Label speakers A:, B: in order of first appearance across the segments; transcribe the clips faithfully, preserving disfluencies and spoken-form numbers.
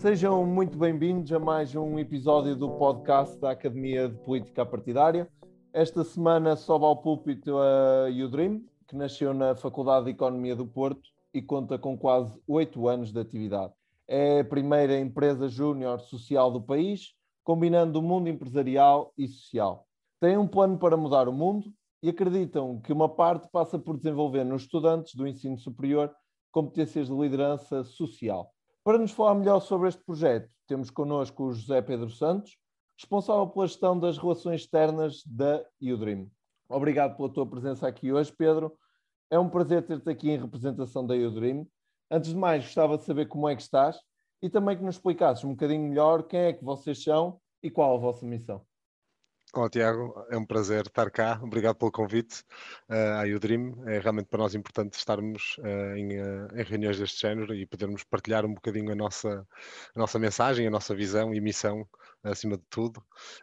A: Sejam muito bem-vindos a mais um episódio do podcast da Academia de Política Partidária. Esta semana sobe ao púlpito a YouDream, que nasceu na Faculdade de Economia do Porto e conta com quase oito anos de atividade. É a primeira empresa júnior social do país, combinando o mundo empresarial e social. Tem um plano para mudar o mundo e acreditam que uma parte passa por desenvolver nos estudantes do ensino superior competências de liderança social. Para nos falar melhor sobre este projeto, temos connosco o José Pedro Santos, responsável pela gestão das relações externas da YouDream. Obrigado pela tua presença aqui hoje, Pedro. É um prazer ter-te aqui em representação da YouDream. Antes de mais, gostava de saber como é que estás e também que nos explicasses um bocadinho melhor quem é que vocês são e qual a vossa missão.
B: Olá, Tiago, é um prazer estar cá. Obrigado pelo convite uh, à YouDream. É realmente para nós importante estarmos uh, em, uh, em reuniões deste género e podermos partilhar um bocadinho a nossa, a nossa mensagem, a nossa visão e missão, acima de tudo.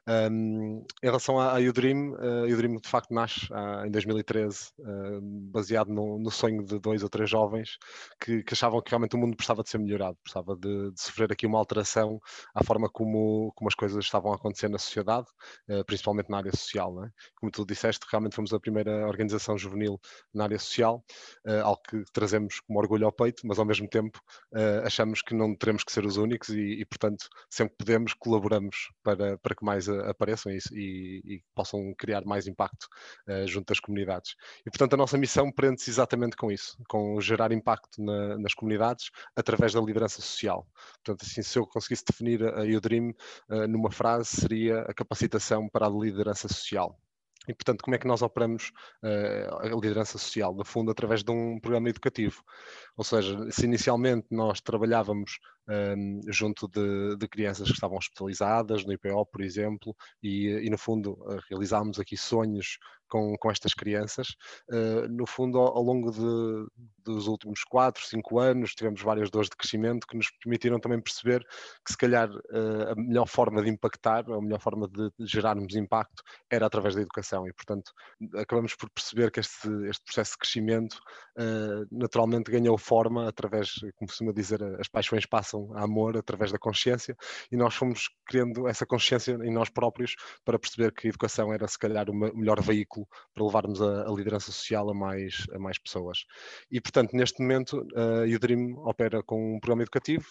B: Um, em relação à, à YouDream, a YouDream de facto nasce uh, em dois mil e treze, uh, baseado no, no sonho de dois ou três jovens que, que achavam que realmente o mundo precisava de ser melhorado, precisava de, de sofrer aqui uma alteração à forma como, como as coisas estavam a acontecer na sociedade, uh, principalmente na área social, não é? Como tu disseste, realmente fomos a primeira organização juvenil na área social, uh, algo que trazemos como orgulho ao peito, mas ao mesmo tempo uh, achamos que não teremos que ser os únicos e, e portanto, sempre que podemos, colaboramos para, para que mais uh, apareçam e, e, e possam criar mais impacto uh, junto das comunidades. E, portanto, a nossa missão prende-se exatamente com isso, com gerar impacto na, nas comunidades através da liderança social. Portanto, assim, se eu conseguisse definir a YouDream uh, numa frase, seria a capacitação para a liderança social. E, portanto, como é que nós operamos uh, a liderança social? No fundo, através de um programa educativo. Ou seja, se inicialmente nós trabalhávamos um, junto de, de crianças que estavam hospitalizadas, no I P O, por exemplo, e, e no fundo, uh, realizámos aqui sonhos com, com estas crianças, uh, no fundo, ao, ao longo de, dos últimos quatro, cinco anos, tivemos várias dores de crescimento que nos permitiram também perceber que, se calhar, uh, a melhor forma de impactar, a melhor forma de gerarmos impacto era através da educação e, portanto, acabamos por perceber que este, este processo de crescimento uh, naturalmente ganhou forma através, como costuma dizer, as paixões passam a amor através da consciência e nós fomos criando essa consciência em nós próprios para perceber que a educação era, se calhar, o melhor veículo para levarmos a, a liderança social a mais, a mais pessoas. E, portanto, neste momento, a YouDream opera com um programa educativo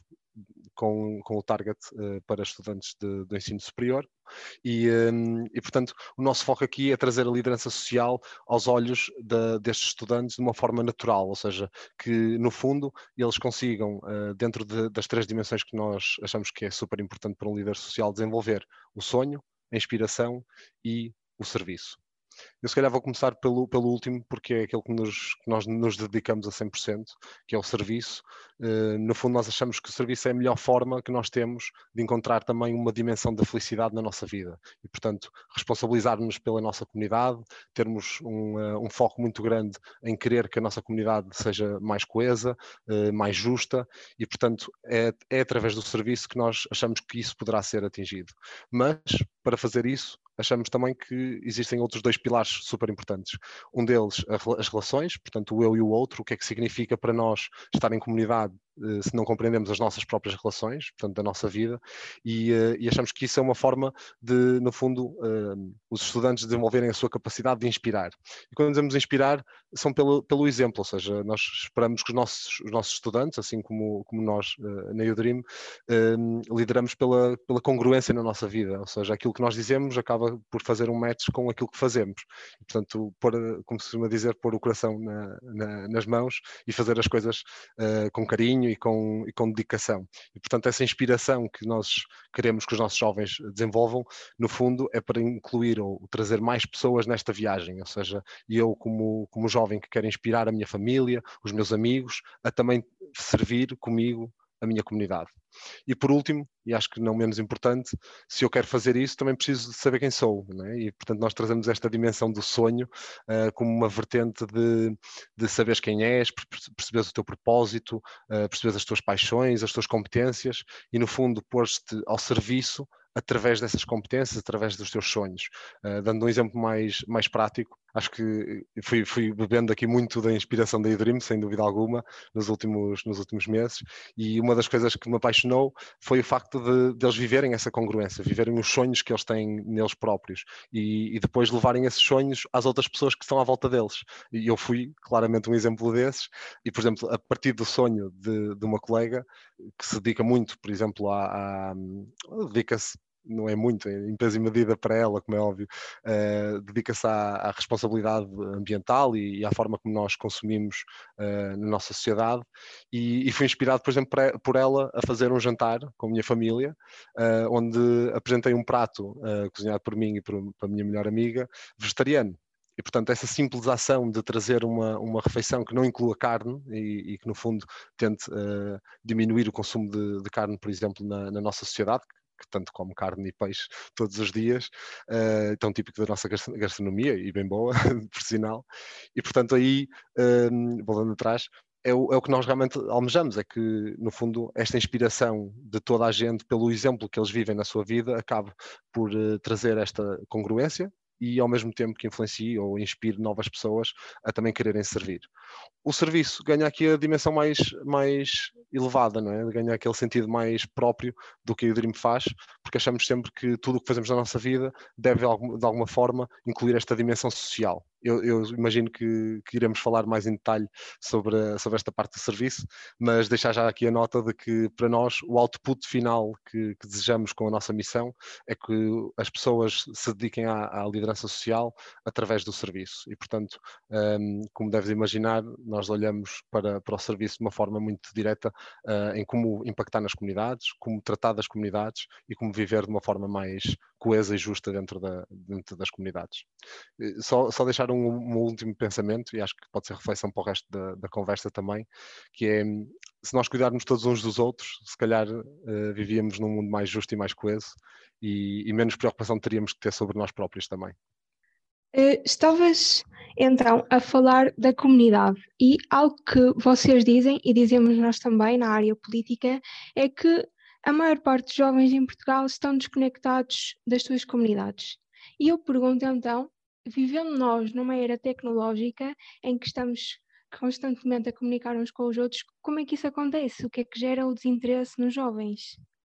B: com, com o target uh, para estudantes de, do ensino superior e, um, e, portanto, o nosso foco aqui é trazer a liderança social aos olhos de, destes estudantes de uma forma natural, ou seja, que, no fundo, eles consigam, uh, dentro de, das três dimensões que nós achamos que é super importante para um líder social desenvolver, o sonho, a inspiração e o serviço. Eu se calhar vou começar pelo, pelo último, porque é aquele que, nos, que nós nos dedicamos a cem por cento, que é o serviço. Uh, no fundo, nós achamos que o serviço é a melhor forma que nós temos de encontrar também uma dimensão da felicidade na nossa vida. E, portanto, responsabilizar-nos pela nossa comunidade, termos um, uh, um foco muito grande em querer que a nossa comunidade seja mais coesa, uh, mais justa, e, portanto, é, é através do serviço que nós achamos que isso poderá ser atingido. Mas, para fazer isso, achamos também que existem outros dois pilares super importantes. Um deles, as relações, portanto, o eu e o outro, o que é que significa para nós estar em comunidade se não compreendemos as nossas próprias relações, portanto, da nossa vida, e, e achamos que isso é uma forma de, no fundo, os estudantes desenvolverem a sua capacidade de inspirar. E quando dizemos inspirar, são pelo, pelo exemplo, ou seja, nós esperamos que os nossos, os nossos estudantes, assim como, como nós na YouDream, lideramos pela, pela congruência na nossa vida, ou seja, aquilo que nós dizemos acaba por fazer um match com aquilo que fazemos. E, portanto, pôr, como se costuma dizer, pôr o coração na, na, nas mãos e fazer as coisas uh, com carinho e com, e com dedicação. E, portanto, essa inspiração que nós queremos que os nossos jovens desenvolvam, no fundo, é para incluir ou trazer mais pessoas nesta viagem, ou seja, eu como, como jovem que quero inspirar a minha família, os meus amigos, a também servir comigo a minha comunidade. E por último, e acho que não menos importante, se eu quero fazer isso, também preciso de saber quem sou, não é? E portanto nós trazemos esta dimensão do sonho uh, como uma vertente de, de saberes quem és, perceberes o teu propósito, uh, perceberes as tuas paixões, as tuas competências e no fundo pôr-te ao serviço através dessas competências, através dos teus sonhos. Uh, dando um exemplo mais, mais prático, acho que fui, fui bebendo aqui muito da inspiração da eDream, sem dúvida alguma, nos últimos, nos últimos meses, e uma das coisas que me apaixonou foi o facto de, de eles viverem essa congruência, viverem os sonhos que eles têm neles próprios e, e depois levarem esses sonhos às outras pessoas que estão à volta deles. E eu fui claramente um exemplo desses, e por exemplo, a partir do sonho de, de uma colega que se dedica muito, por exemplo, a, a dedica-se, não é muito, é em peso e medida para ela, como é óbvio, uh, dedica-se à, à responsabilidade ambiental e, e à forma como nós consumimos uh, na nossa sociedade, e, e fui inspirado, por exemplo, por ela a fazer um jantar com a minha família, uh, onde apresentei um prato uh, cozinhado por mim e por, por a minha melhor amiga, vegetariano. E, portanto, essa simples ação de trazer uma, uma refeição que não inclua carne e, e que, no fundo, tente uh, diminuir o consumo de, de carne, por exemplo, na, na nossa sociedade, que tanto come carne e peixe todos os dias, uh, tão típico da nossa gastronomia e bem boa, por sinal. E, portanto, aí, uh, voltando atrás, é o, é o que nós realmente almejamos, é que, no fundo, esta inspiração de toda a gente, pelo exemplo que eles vivem na sua vida, acabe por uh, trazer esta congruência e, ao mesmo tempo, que influencie ou inspire novas pessoas a também quererem servir. O serviço ganha aqui a dimensão mais, mais elevada, não é? Ganha aquele sentido mais próprio do que a eDream faz, porque achamos sempre que tudo o que fazemos na nossa vida deve, de alguma forma, incluir esta dimensão social. Eu, eu imagino que, que iremos falar mais em detalhe sobre, sobre esta parte do serviço, mas deixar já aqui a nota de que, para nós, o output final que, que desejamos com a nossa missão é que as pessoas se dediquem à, à liderança social através do serviço. E, portanto, um, como deves imaginar, nós olhamos para, para o serviço de uma forma muito direta uh, em como impactar nas comunidades, como tratar das comunidades e como viver de uma forma mais coesa e justa dentro, da, dentro das comunidades. Só, só deixar um, um último pensamento, e acho que pode ser reflexão para o resto da, da conversa também, que é, se nós cuidarmos todos uns dos outros, se calhar uh, vivíamos num mundo mais justo e mais coeso, e, e menos preocupação teríamos que ter sobre nós próprios também.
C: Uh, estavas então a falar da comunidade, e algo que vocês dizem, e dizemos nós também na área política, é que a maior parte dos jovens em Portugal estão desconectados das suas comunidades. E eu pergunto então, vivendo nós numa era tecnológica em que estamos constantemente a comunicar uns com os outros, como é que isso acontece? O que é que gera o desinteresse nos jovens?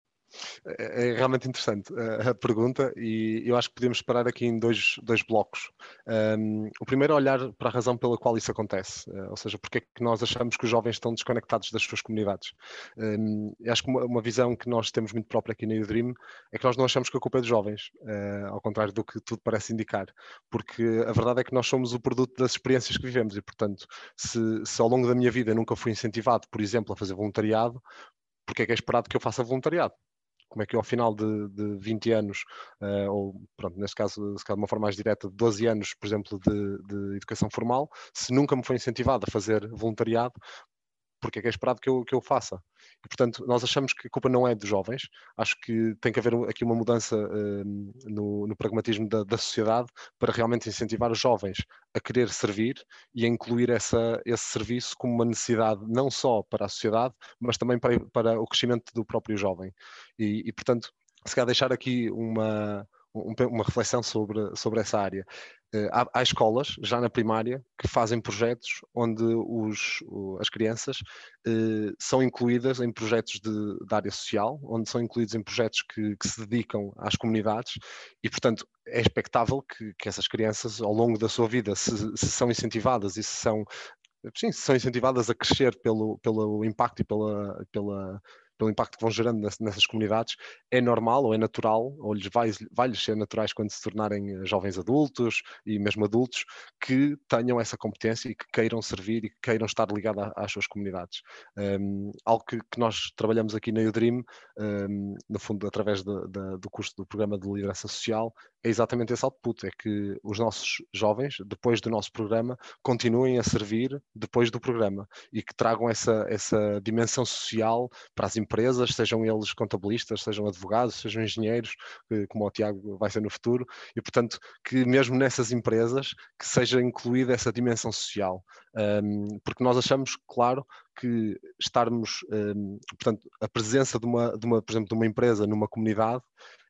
B: É, é realmente interessante a, a pergunta, e eu acho que podemos separar aqui em dois, dois blocos. Um, o primeiro é olhar para a razão pela qual isso acontece, uh, ou seja, porque é que nós achamos que os jovens estão desconectados das suas comunidades. Um, acho que uma, uma visão que nós temos muito própria aqui na eDream é que nós não achamos que a culpa é dos jovens, uh, ao contrário do que tudo parece indicar, porque a verdade é que nós somos o produto das experiências que vivemos e, portanto, se, se ao longo da minha vida eu nunca fui incentivado, por exemplo, a fazer voluntariado, porque é que é esperado que eu faça voluntariado? Como é que eu, ao final de, de vinte anos, uh, ou, pronto, neste caso, se calhar de uma forma mais direta, de doze anos, por exemplo, de, de educação formal, se nunca me foi incentivado a fazer voluntariado, porque é que é esperado que eu, que eu faça? E, portanto, nós achamos que a culpa não é dos jovens, acho que tem que haver aqui uma mudança uh, no, no pragmatismo da, da sociedade para realmente incentivar os jovens a querer servir e a incluir essa, esse serviço como uma necessidade não só para a sociedade, mas também para, para o crescimento do próprio jovem. E, e portanto, se calhar deixar aqui uma, uma reflexão sobre, sobre essa área. Há, há escolas, já na primária, que fazem projetos onde os, as crianças eh, são incluídas em projetos de, de área social, onde são incluídos em projetos que, que se dedicam às comunidades e, portanto, é expectável que, que essas crianças, ao longo da sua vida, se, se são incentivadas e se são, sim, se são incentivadas a crescer pelo, pelo impacto e pela... pela pelo impacto que vão gerando nessas comunidades, é normal ou é natural, ou lhes vai, vai-lhes ser naturais quando se tornarem jovens adultos e mesmo adultos, que tenham essa competência e que queiram servir e que queiram estar ligados às suas comunidades. Um, algo que, que nós trabalhamos aqui na eDream, um, no fundo, através de, de, do curso do Programa de Liderança Social, é exatamente esse output, é que os nossos jovens, depois do nosso programa, continuem a servir depois do programa e que tragam essa, essa dimensão social para as empresas, sejam eles contabilistas, sejam advogados, sejam engenheiros, como o Tiago vai ser no futuro, e portanto que mesmo nessas empresas que seja incluída essa dimensão social, um, porque nós achamos, claro, que estarmos, um, portanto, a presença de uma, de uma, por exemplo, de uma empresa numa comunidade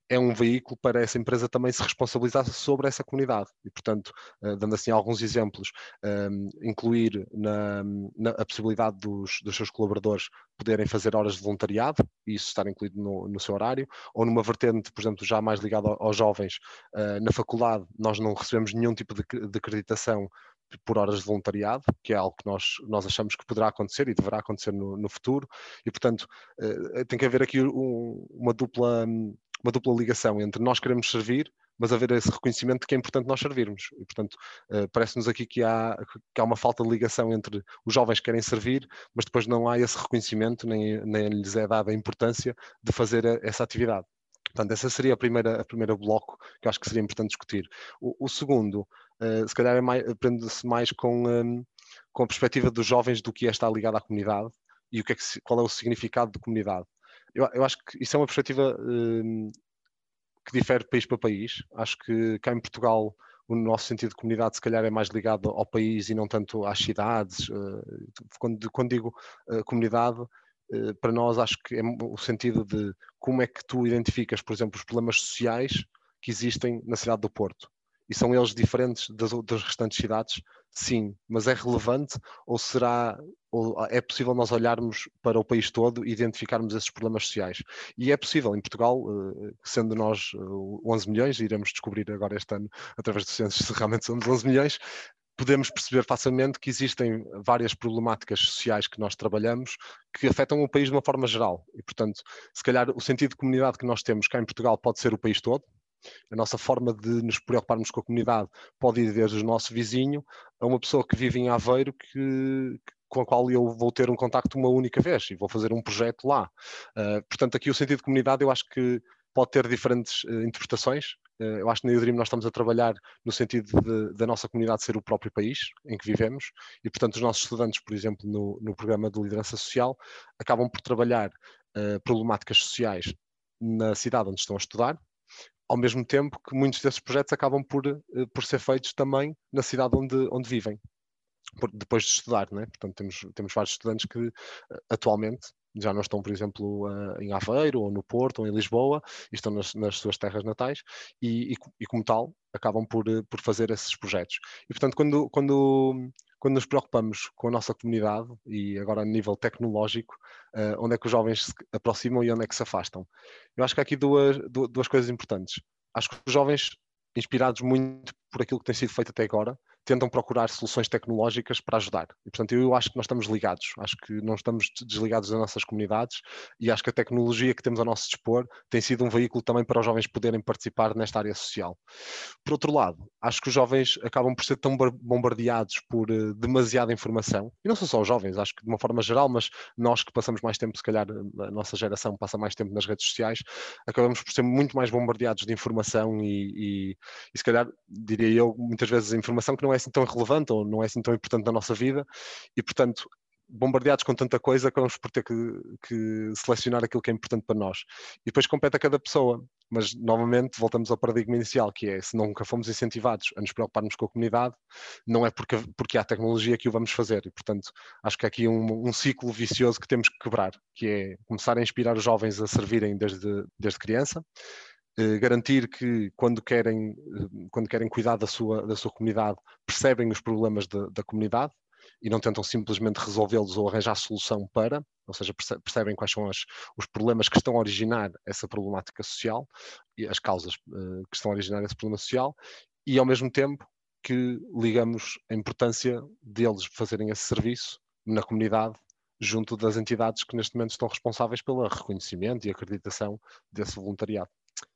B: é um veículo para essa empresa também se responsabilizar sobre essa comunidade. E, portanto, uh, dando assim alguns exemplos, um, incluir na, na, a possibilidade dos, dos seus colaboradores poderem fazer horas de voluntariado, e isso estar incluído no, no seu horário, ou numa vertente, por exemplo, já mais ligada aos jovens, uh, na faculdade nós não recebemos nenhum tipo de, de acreditação por horas de voluntariado, que é algo que nós, nós achamos que poderá acontecer e deverá acontecer no, no futuro, e portanto uh, tem que haver aqui um, uma dupla... uma dupla ligação entre nós queremos servir, mas haver esse reconhecimento de que é importante nós servirmos. E, portanto, uh, parece-nos aqui que há, que há uma falta de ligação entre os jovens que querem servir, mas depois não há esse reconhecimento, nem, nem lhes é dada a importância de fazer a, essa atividade. Portanto, essa seria a primeira, a primeira bloco que eu acho que seria importante discutir. O, o segundo, uh, se calhar, é mais, aprende-se mais com, um, com a perspectiva dos jovens do que é estar ligado à comunidade e o que é que, qual é o significado de comunidade. Eu, eu acho que isso é uma perspectiva um, que difere de país para país. Acho que cá em Portugal o nosso sentido de comunidade se calhar é mais ligado ao país e não tanto às cidades. Uh, quando, quando digo uh, comunidade, uh, para nós acho que é o sentido de como é que tu identificas, por exemplo, os problemas sociais que existem na cidade do Porto. E são eles diferentes das, das restantes cidades? Sim, mas é relevante ou será, ou é possível nós olharmos para o país todo e identificarmos esses problemas sociais? E é possível, em Portugal, sendo nós onze milhões, iremos descobrir agora este ano, através do censo, se realmente somos onze milhões, podemos perceber facilmente que existem várias problemáticas sociais que nós trabalhamos que afetam o país de uma forma geral. E, portanto, se calhar o sentido de comunidade que nós temos cá em Portugal pode ser o país todo. A nossa forma de nos preocuparmos com a comunidade pode ir desde o nosso vizinho a uma pessoa que vive em Aveiro que, com a qual eu vou ter um contacto uma única vez e vou fazer um projeto lá. Uh, portanto, aqui o sentido de comunidade eu acho que pode ter diferentes uh, interpretações. Uh, eu acho que na Udream nós estamos a trabalhar no sentido de, da nossa comunidade ser o próprio país em que vivemos e, portanto, os nossos estudantes, por exemplo, no, no programa de liderança social, acabam por trabalhar uh, problemáticas sociais na cidade onde estão a estudar, ao mesmo tempo que muitos desses projetos acabam por, por ser feitos também na cidade onde, onde vivem, por, depois de estudar, né? Portanto, temos, temos vários estudantes que atualmente já não estão, por exemplo, em Aveiro, ou no Porto, ou em Lisboa, e estão nas, nas suas terras natais, e, e, e como tal, acabam por, por fazer esses projetos. E, portanto, quando... quando Quando nos preocupamos com a nossa comunidade, e agora a nível tecnológico, uh, onde é que os jovens se aproximam e onde é que se afastam? Eu acho que há aqui duas, duas coisas importantes. Acho que os jovens, inspirados muito por aquilo que tem sido feito até agora, tentam procurar soluções tecnológicas para ajudar. E, portanto, eu acho que nós estamos ligados. Acho que não estamos desligados das nossas comunidades e acho que a tecnologia que temos ao nosso dispor tem sido um veículo também para os jovens poderem participar nesta área social. Por outro lado, acho que os jovens acabam por ser tão bombardeados por uh, demasiada informação. E não são só os jovens, acho que de uma forma geral, mas nós que passamos mais tempo, se calhar a nossa geração passa mais tempo nas redes sociais, acabamos por ser muito mais bombardeados de informação e, e, e se calhar, diria eu, muitas vezes a informação que não é assim tão relevante ou não é assim tão importante na nossa vida e, portanto, bombardeados com tanta coisa, acabamos por ter que, que selecionar aquilo que é importante para nós. E depois compete a cada pessoa. Mas, novamente, voltamos ao paradigma inicial, que é, se nunca fomos incentivados a nos preocuparmos com a comunidade, não é porque, porque há tecnologia que o vamos fazer. E, portanto, acho que há aqui um, um ciclo vicioso que temos que quebrar, que é começar a inspirar os jovens a servirem desde, desde criança, eh, garantir que, quando querem, quando querem cuidar da sua, da sua comunidade, percebem os problemas de, da comunidade, e não tentam simplesmente resolvê-los ou arranjar solução para, ou seja, percebem quais são as, os problemas que estão a originar essa problemática social e as causas uh, que estão a originar esse problema social e, ao mesmo tempo, que ligamos a importância deles fazerem esse serviço na comunidade junto das entidades que neste momento estão responsáveis pelo reconhecimento e acreditação desse voluntariado.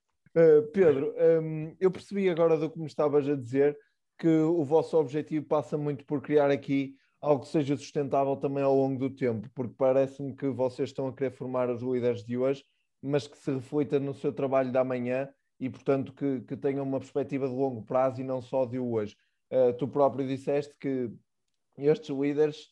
A: Uh, Pedro, um, eu percebi agora do que me estavas a dizer que o vosso objetivo passa muito por criar aqui algo que seja sustentável também ao longo do tempo, porque parece-me que vocês estão a querer formar os líderes de hoje, mas que se reflita no seu trabalho da amanhã e, portanto, que, que tenham uma perspectiva de longo prazo e não só de hoje. Uh, tu próprio disseste que estes líderes,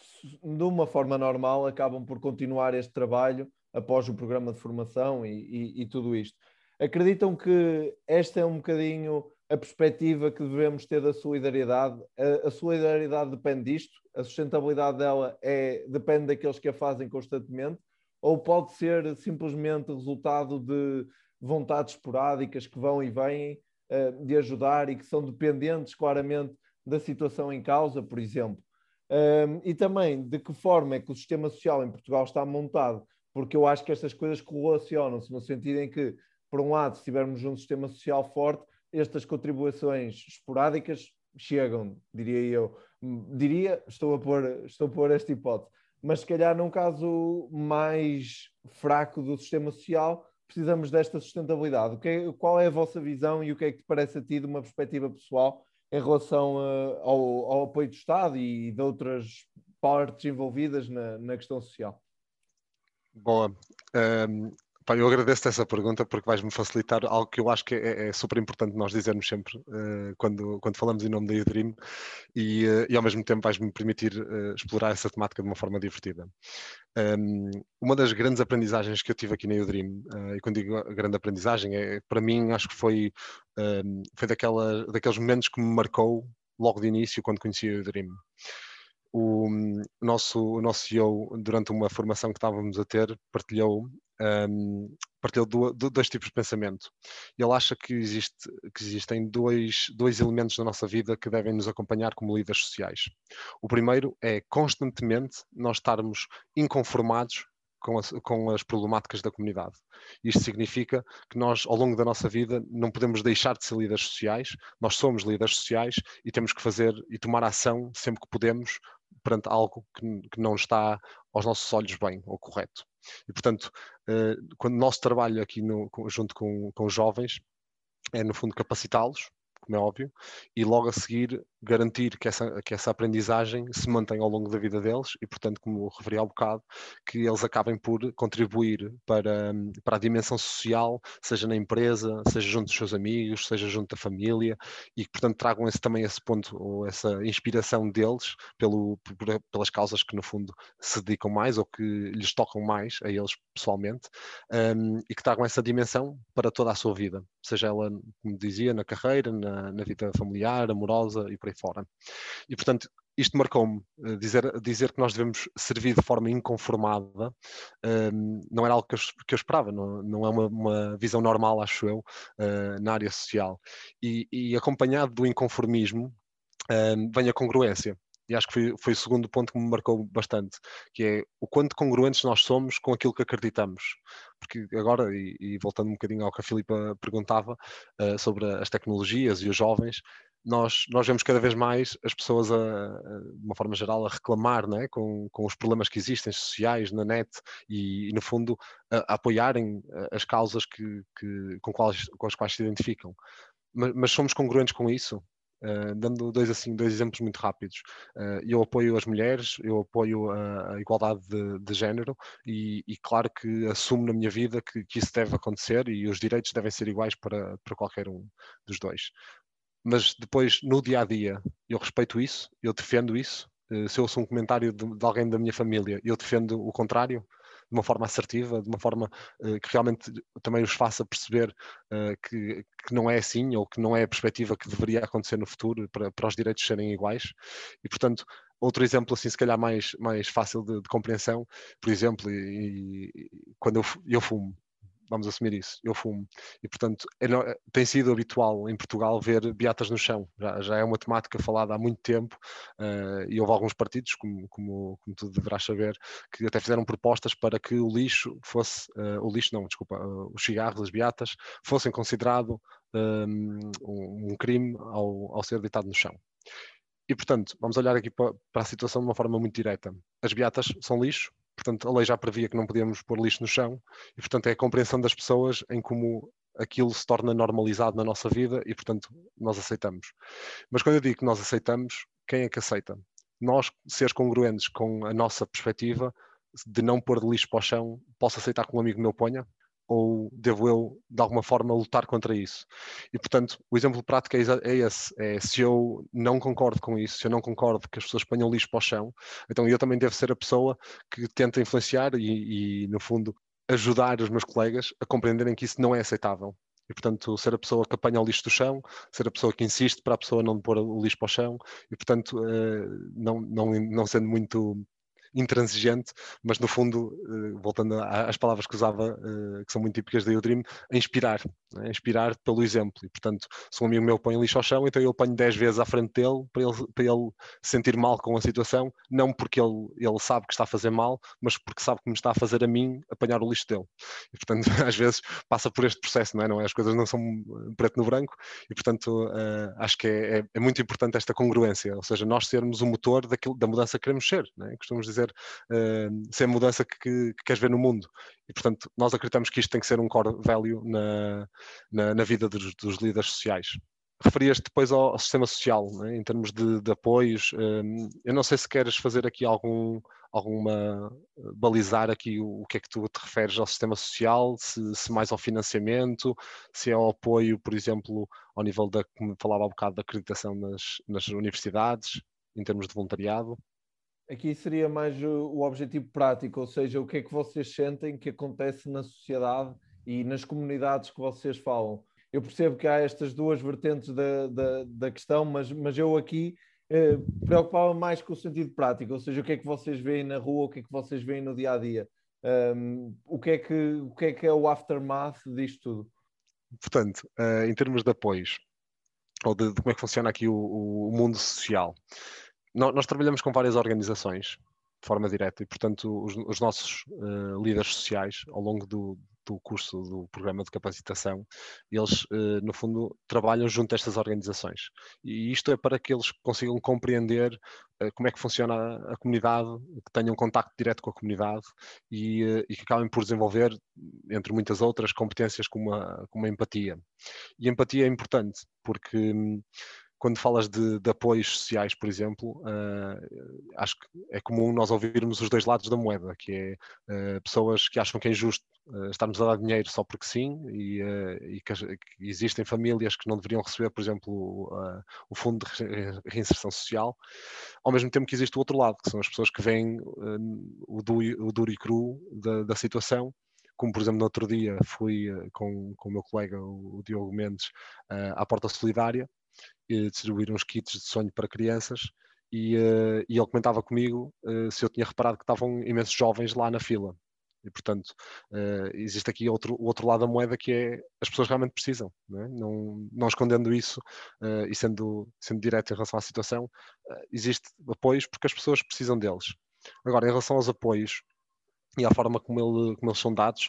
A: de uma forma normal, acabam por continuar este trabalho após o programa de formação e, e, e tudo isto. Acreditam que esta é um bocadinho a perspectiva que devemos ter da solidariedade? A, a solidariedade depende disto? A sustentabilidade dela é, depende daqueles que a fazem constantemente? Ou pode ser simplesmente resultado de, vontades esporádicas que vão e vêm uh, de ajudar e que são dependentes claramente da situação em causa, por exemplo. Um, e também de que forma é que o sistema social em Portugal está montado, porque eu acho que estas coisas correlacionam-se no sentido em que, por um lado, se tivermos um sistema social forte, estas contribuições esporádicas chegam, diria eu. Diria, estou a pôr, estou a pôr esta hipótese, mas se calhar num caso mais fraco do sistema social, precisamos desta sustentabilidade. O que é, qual é a vossa visão e o que é que te parece a ti de uma perspectiva pessoal em relação uh, ao, ao apoio do Estado e de outras partes envolvidas na, na questão social?
B: Boa. Um, pá, eu agradeço essa pergunta porque vais-me facilitar algo que eu acho que é, é super importante nós dizermos sempre uh, quando, quando falamos em nome da YouDream e, uh, e ao mesmo tempo vais-me permitir uh, explorar essa temática de uma forma divertida. Um, uma das grandes aprendizagens que eu tive aqui na YouDream, uh, e quando digo a grande aprendizagem, é, para mim acho que foi, um, foi daquela, daqueles momentos que me marcou logo de início quando conheci a YouDream. O nosso, o nosso C E O, durante uma formação que estávamos a ter, partilhou, um, partilhou do, dois tipos de pensamento. Ele acha que, existe, que existem dois, dois elementos na nossa vida que devem nos acompanhar como líderes sociais. O primeiro é constantemente nós estarmos inconformados com as, com as problemáticas da comunidade. Isto significa que nós, ao longo da nossa vida, não podemos deixar de ser líderes sociais, nós somos líderes sociais e temos que fazer e tomar ação sempre que podemos perante algo que, que não está aos nossos olhos bem ou correto. E, portanto, eh, quando o nosso trabalho aqui no, junto com, com os jovens é, no fundo, capacitá-los, como é óbvio, e logo a seguir garantir que essa, que essa aprendizagem se mantenha ao longo da vida deles e, portanto, como referi há um bocado, que eles acabem por contribuir para, para a dimensão social, seja na empresa, seja junto dos seus amigos, seja junto da família, e que, portanto, tragam esse, também esse ponto, ou essa inspiração deles pelo, por, pelas causas que, no fundo, se dedicam mais ou que lhes tocam mais a eles pessoalmente, um, e que tragam essa dimensão para toda a sua vida, seja ela, como dizia, na carreira, na Na, na vida familiar, amorosa e por aí fora. E, portanto, isto marcou-me, dizer, dizer que nós devemos servir de forma inconformada, um, não era algo que eu, que eu esperava, não, não é uma, uma visão normal, acho eu, uh, na área social. E, e acompanhado do inconformismo, um, vem a congruência. E acho que foi, foi o segundo ponto que me marcou bastante, que é o quanto congruentes nós somos com aquilo que acreditamos. Porque agora, e, e voltando um bocadinho ao que a Filipa perguntava, uh, sobre as tecnologias e os jovens, nós, nós vemos cada vez mais as pessoas, a, a, de uma forma geral, a reclamar, não é? com, com os problemas que existem sociais na net e, e no fundo, a, a apoiarem as causas que, que, com, quais, com as quais se identificam. Mas, mas somos congruentes com isso? Uh, dando dois, assim, dois exemplos muito rápidos. Uh, eu apoio as mulheres, eu apoio a, a igualdade de, de género e, e claro que assumo na minha vida que, que isso deve acontecer e os direitos devem ser iguais para, para qualquer um dos dois. Mas depois, no dia-a-dia, eu respeito isso, eu defendo isso. Uh, se eu ouço um comentário de, de alguém da minha família, eu defendo o contrário, de uma forma assertiva, de uma forma uh, que realmente também os faça perceber uh, que, que não é assim ou que não é a perspectiva que deveria acontecer no futuro para, para os direitos serem iguais. E, portanto, outro exemplo, assim, se calhar mais, mais fácil de, de compreensão, por exemplo, e, e, quando eu, eu fumo, vamos assumir isso, eu fumo. E, portanto, é, tem sido habitual em Portugal ver beatas no chão. Já, já é uma temática falada há muito tempo uh, e houve alguns partidos, como, como, como tu deverás saber, que até fizeram propostas para que o lixo fosse, uh, o lixo não, desculpa, uh, os cigarros, as beatas, fossem considerado um, um crime ao, ao ser deitado no chão. E, portanto, vamos olhar aqui para, para a situação de uma forma muito direta. As beatas são lixo, portanto, a lei já previa que não podíamos pôr lixo no chão, e, portanto, é a compreensão das pessoas em como aquilo se torna normalizado na nossa vida e, portanto, nós aceitamos. Mas quando eu digo que nós aceitamos, quem é que aceita? Nós, seres congruentes com a nossa perspectiva de não pôr de lixo para o chão, posso aceitar que um amigo meu ponha? Ou devo eu, de alguma forma, lutar contra isso? E, portanto, o exemplo prático é esse. É, se eu não concordo com isso, se eu não concordo que as pessoas ponham lixo para o chão, então eu também devo ser a pessoa que tenta influenciar e, e no fundo, ajudar os meus colegas a compreenderem que isso não é aceitável. E, portanto, ser a pessoa que apanha o lixo do chão, ser a pessoa que insiste para a pessoa não pôr o lixo para o chão, e, portanto, não, não, não sendo muito intransigente, mas no fundo, uh, voltando às palavras que usava, uh, que são muito típicas da YouDream, a inspirar, né? Inspirar pelo exemplo. E, portanto, se um amigo meu põe lixo ao chão, então eu ponho dez vezes à frente dele para ele, para ele sentir mal com a situação, não porque ele, ele sabe que está a fazer mal, mas porque sabe que me está a fazer a mim apanhar o lixo dele. E, portanto, às vezes passa por este processo, não é? Não é? As coisas não são preto no branco e, portanto, uh, acho que é, é, é muito importante esta congruência, ou seja, nós sermos o motor daquilo, da mudança que queremos ser, não é? Costumamos dizer uh, ser a mudança que, que, que queres ver no mundo. E, portanto, nós acreditamos que isto tem que ser um core value na, na, na vida dos, dos líderes sociais. Referias-te depois ao, ao sistema social, né? Em termos de, de apoios. Um, eu não sei se queres fazer aqui algum, alguma, balizar aqui o, o que é que tu te referes ao sistema social, se, se mais ao financiamento, se é ao apoio, por exemplo, ao nível da, como falava há bocado, da acreditação nas, nas universidades, em termos de voluntariado.
A: Aqui seria mais o, o objetivo prático, ou seja, o que é que vocês sentem que acontece na sociedade e nas comunidades que vocês falam. Eu percebo que há estas duas vertentes da, da, da questão, mas, mas eu aqui eh, preocupava mais com o sentido prático, ou seja, o que é que vocês veem na rua, o que é que vocês veem no dia-a-dia. Um, o, que é que, o que é que é o aftermath disto tudo?
B: Portanto, uh, em termos de apoios, ou de, de como é que funciona aqui o, o mundo social, nós, nós trabalhamos com várias organizações de forma direta e, portanto, os, os nossos uh, líderes sociais, ao longo do, do curso do programa de capacitação, eles, uh, no fundo, trabalham junto a estas organizações. E isto é para que eles consigam compreender uh, como é que funciona a, a comunidade, que tenham contacto direto com a comunidade e, uh, e que acabem por desenvolver, entre muitas outras, competências como a, como a empatia. E a empatia é importante, porque hum, quando falas de, de apoios sociais, por exemplo, uh, acho que é comum nós ouvirmos os dois lados da moeda, que é uh, pessoas que acham que é injusto uh, estarmos a dar dinheiro só porque sim, e, uh, e que, que existem famílias que não deveriam receber, por exemplo, uh, o fundo de reinserção social, ao mesmo tempo que existe o outro lado, que são as pessoas que veem uh, o, du, o duro e cru da, da situação. Como, por exemplo, no outro dia fui uh, com, com o meu colega, o, o Diogo Mendes, uh, à Porta Solidária, e distribuir uns kits de sonho para crianças, e, uh, e ele comentava comigo uh, se eu tinha reparado que estavam imensos jovens lá na fila. E, portanto, uh, existe aqui outro, o outro lado da moeda, que é as pessoas realmente precisam, não, é? não, não escondendo isso uh, e sendo, sendo direto em relação à situação, uh, existe apoios porque as pessoas precisam deles. Agora, em relação aos apoios e à forma como, ele, como eles são dados,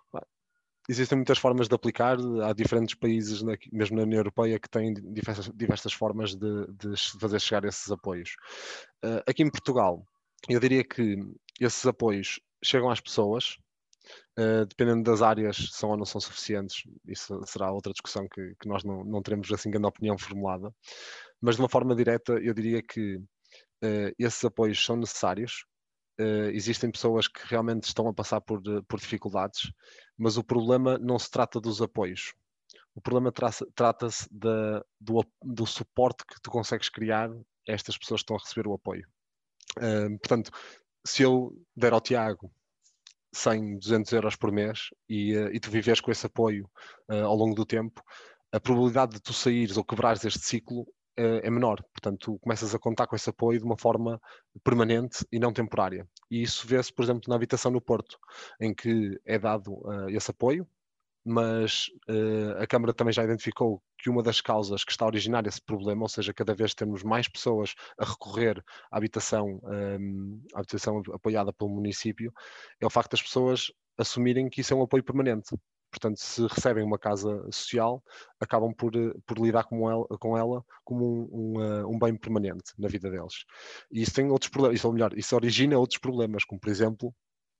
B: existem muitas formas de aplicar. Há diferentes países, mesmo na União Europeia, que têm diversas, diversas formas de, de fazer chegar esses apoios. Uh, aqui em Portugal, eu diria que esses apoios chegam às pessoas, uh, dependendo das áreas, são ou não são suficientes. Isso será outra discussão que, que nós não, não teremos assim grande opinião formulada. Mas de uma forma direta, eu diria que uh, esses apoios são necessários. Uh, existem pessoas que realmente estão a passar por, por dificuldades, mas o problema não se trata dos apoios. O problema tra trata-se do, do suporte que tu consegues criar a estas pessoas que estão a receber o apoio. Uh, portanto, se eu der ao Tiago cem, duzentos euros por mês e, uh, e tu viveres com esse apoio uh, ao longo do tempo, a probabilidade de tu saíres ou quebrares este ciclo é menor, portanto tu começas a contar com esse apoio de uma forma permanente e não temporária. E isso vê-se, por exemplo, na habitação no Porto, em que é dado uh, esse apoio, mas uh, a Câmara também já identificou que uma das causas que está a originar esse problema, ou seja, cada vez temos mais pessoas a recorrer à habitação, um, à habitação apoiada pelo município, é o facto das pessoas assumirem que isso é um apoio permanente. Portanto, se recebem uma casa social, acabam por, por lidar com ela, com ela como um, um, um bem permanente na vida deles. E isso tem outros problemas, isso, ou melhor, isso origina outros problemas, como por exemplo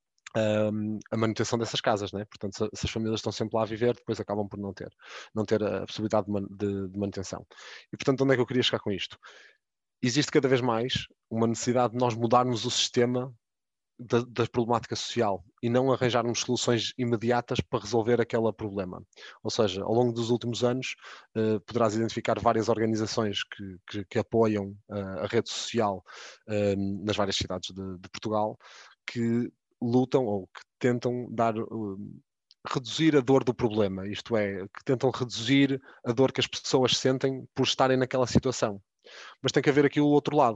B: um, a manutenção dessas casas, né? Portanto, se, se as famílias estão sempre lá a viver, depois acabam por não ter, não ter a possibilidade de, man, de, de manutenção. E portanto, onde é que eu queria chegar com isto? Existe cada vez mais uma necessidade de nós mudarmos o sistema Da, da problemática social e não arranjarmos soluções imediatas para resolver aquele problema. Ou seja, ao longo dos últimos anos uh, poderás identificar várias organizações que, que, que apoiam uh, a rede social uh, nas várias cidades de, de Portugal, que lutam ou que tentam dar uh, reduzir a dor do problema, isto é, que tentam reduzir a dor que as pessoas sentem por estarem naquela situação. Mas tem que haver aqui o outro lado,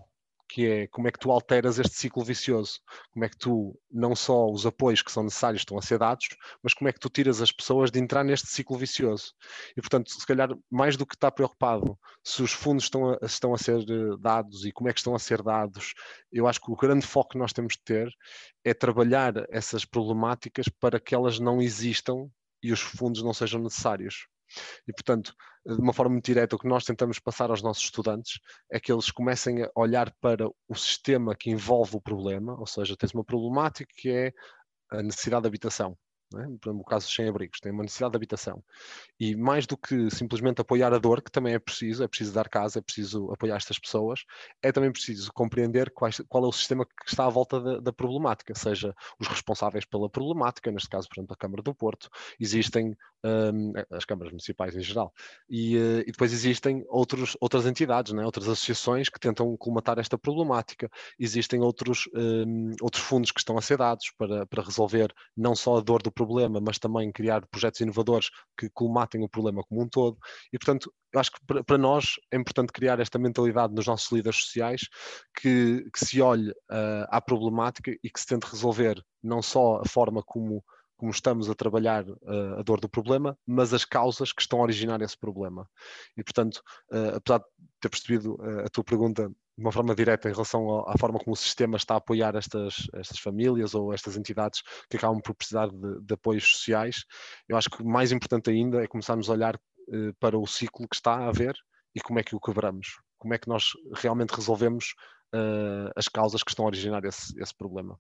B: que é como é que tu alteras este ciclo vicioso, como é que tu, não só os apoios que são necessários estão a ser dados, mas como é que tu tiras as pessoas de entrar neste ciclo vicioso. E, portanto, se calhar, mais do que estar preocupado se os fundos estão a, estão a ser dados e como é que estão a ser dados, eu acho que o grande foco que nós temos de ter é trabalhar essas problemáticas para que elas não existam e os fundos não sejam necessários. E, portanto, de uma forma muito direta, o que nós tentamos passar aos nossos estudantes é que eles comecem a olhar para o sistema que envolve o problema, ou seja, tens uma problemática que é a necessidade de habitação. Não é? Por exemplo, no caso dos sem-abrigos, tem uma necessidade de habitação. E mais do que simplesmente apoiar a dor, que também é preciso, é preciso dar casa, é preciso apoiar estas pessoas, é também preciso compreender qual, qual é o sistema que está à volta da, da problemática, seja os responsáveis pela problemática, neste caso, por exemplo, a Câmara do Porto, existem um, as câmaras municipais em geral, e, uh, e depois existem outros, outras entidades, né? Outras associações que tentam colmatar esta problemática, existem outros, um, outros fundos que estão a ser dados para, para resolver não só a dor do problema, mas também criar projetos inovadores que colmatem o problema como um todo. E, portanto, eu acho que para, para nós é importante criar esta mentalidade nos nossos líderes sociais que, que se olhe uh, à problemática e que se tente resolver não só a forma como, como estamos a trabalhar uh, a dor do problema, mas as causas que estão a originar esse problema. E, portanto, uh, apesar de ter percebido uh, a tua pergunta de uma forma direta em relação à forma como o sistema está a apoiar estas, estas famílias ou estas entidades que acabam por precisar de, de apoios sociais, eu acho que o mais importante ainda é começarmos a olhar eh, para o ciclo que está a haver e como é que o quebramos, como é que nós realmente resolvemos uh, as causas que estão a originar esse, esse problema.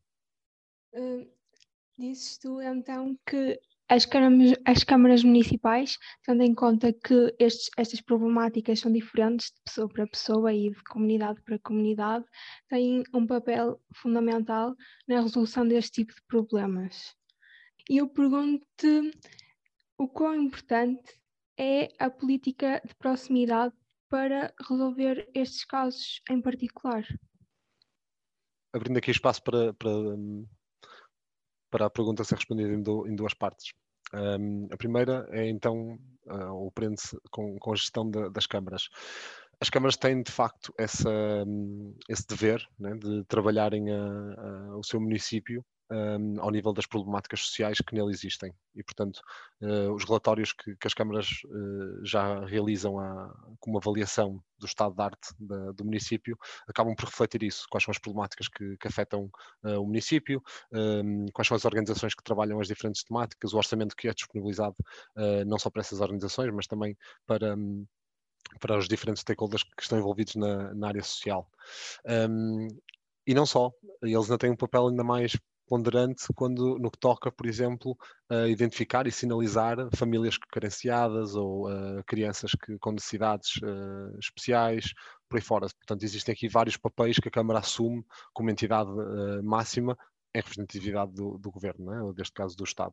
C: Uh, dizes tu então que As câmaras, as câmaras municipais, tendo em conta que estes, estas problemáticas são diferentes de pessoa para pessoa e de comunidade para comunidade, têm um papel fundamental na resolução deste tipo de problemas. E eu pergunto-te o quão importante é a política de proximidade para resolver estes casos em particular.
B: Abrindo aqui espaço para, para, para a pergunta ser respondida em, do, em duas partes. Um, a primeira é então, uh, ou prende-se com, com a gestão de, das câmaras. As câmaras têm de facto essa, um, esse dever, né, de trabalharem a, a, o seu município um, ao nível das problemáticas sociais que nele existem. E, portanto, uh, os relatórios que, que as câmaras uh, já realizam a, como avaliação do estado de arte da, do município acabam por refletir isso. Quais são as problemáticas que, que afetam uh, o município, um, quais são as organizações que trabalham as diferentes temáticas, o orçamento que é disponibilizado uh, não só para essas organizações, mas também para... Um, para os diferentes stakeholders que estão envolvidos na, na área social. Um, e não só, eles ainda têm um papel ainda mais ponderante quando, no que toca, por exemplo, a identificar e sinalizar famílias carenciadas ou uh, crianças que, com necessidades uh, especiais, por aí fora. Portanto, existem aqui vários papéis que a Câmara assume como entidade uh, máxima em representatividade do, do Governo, né? Ou neste caso do Estado.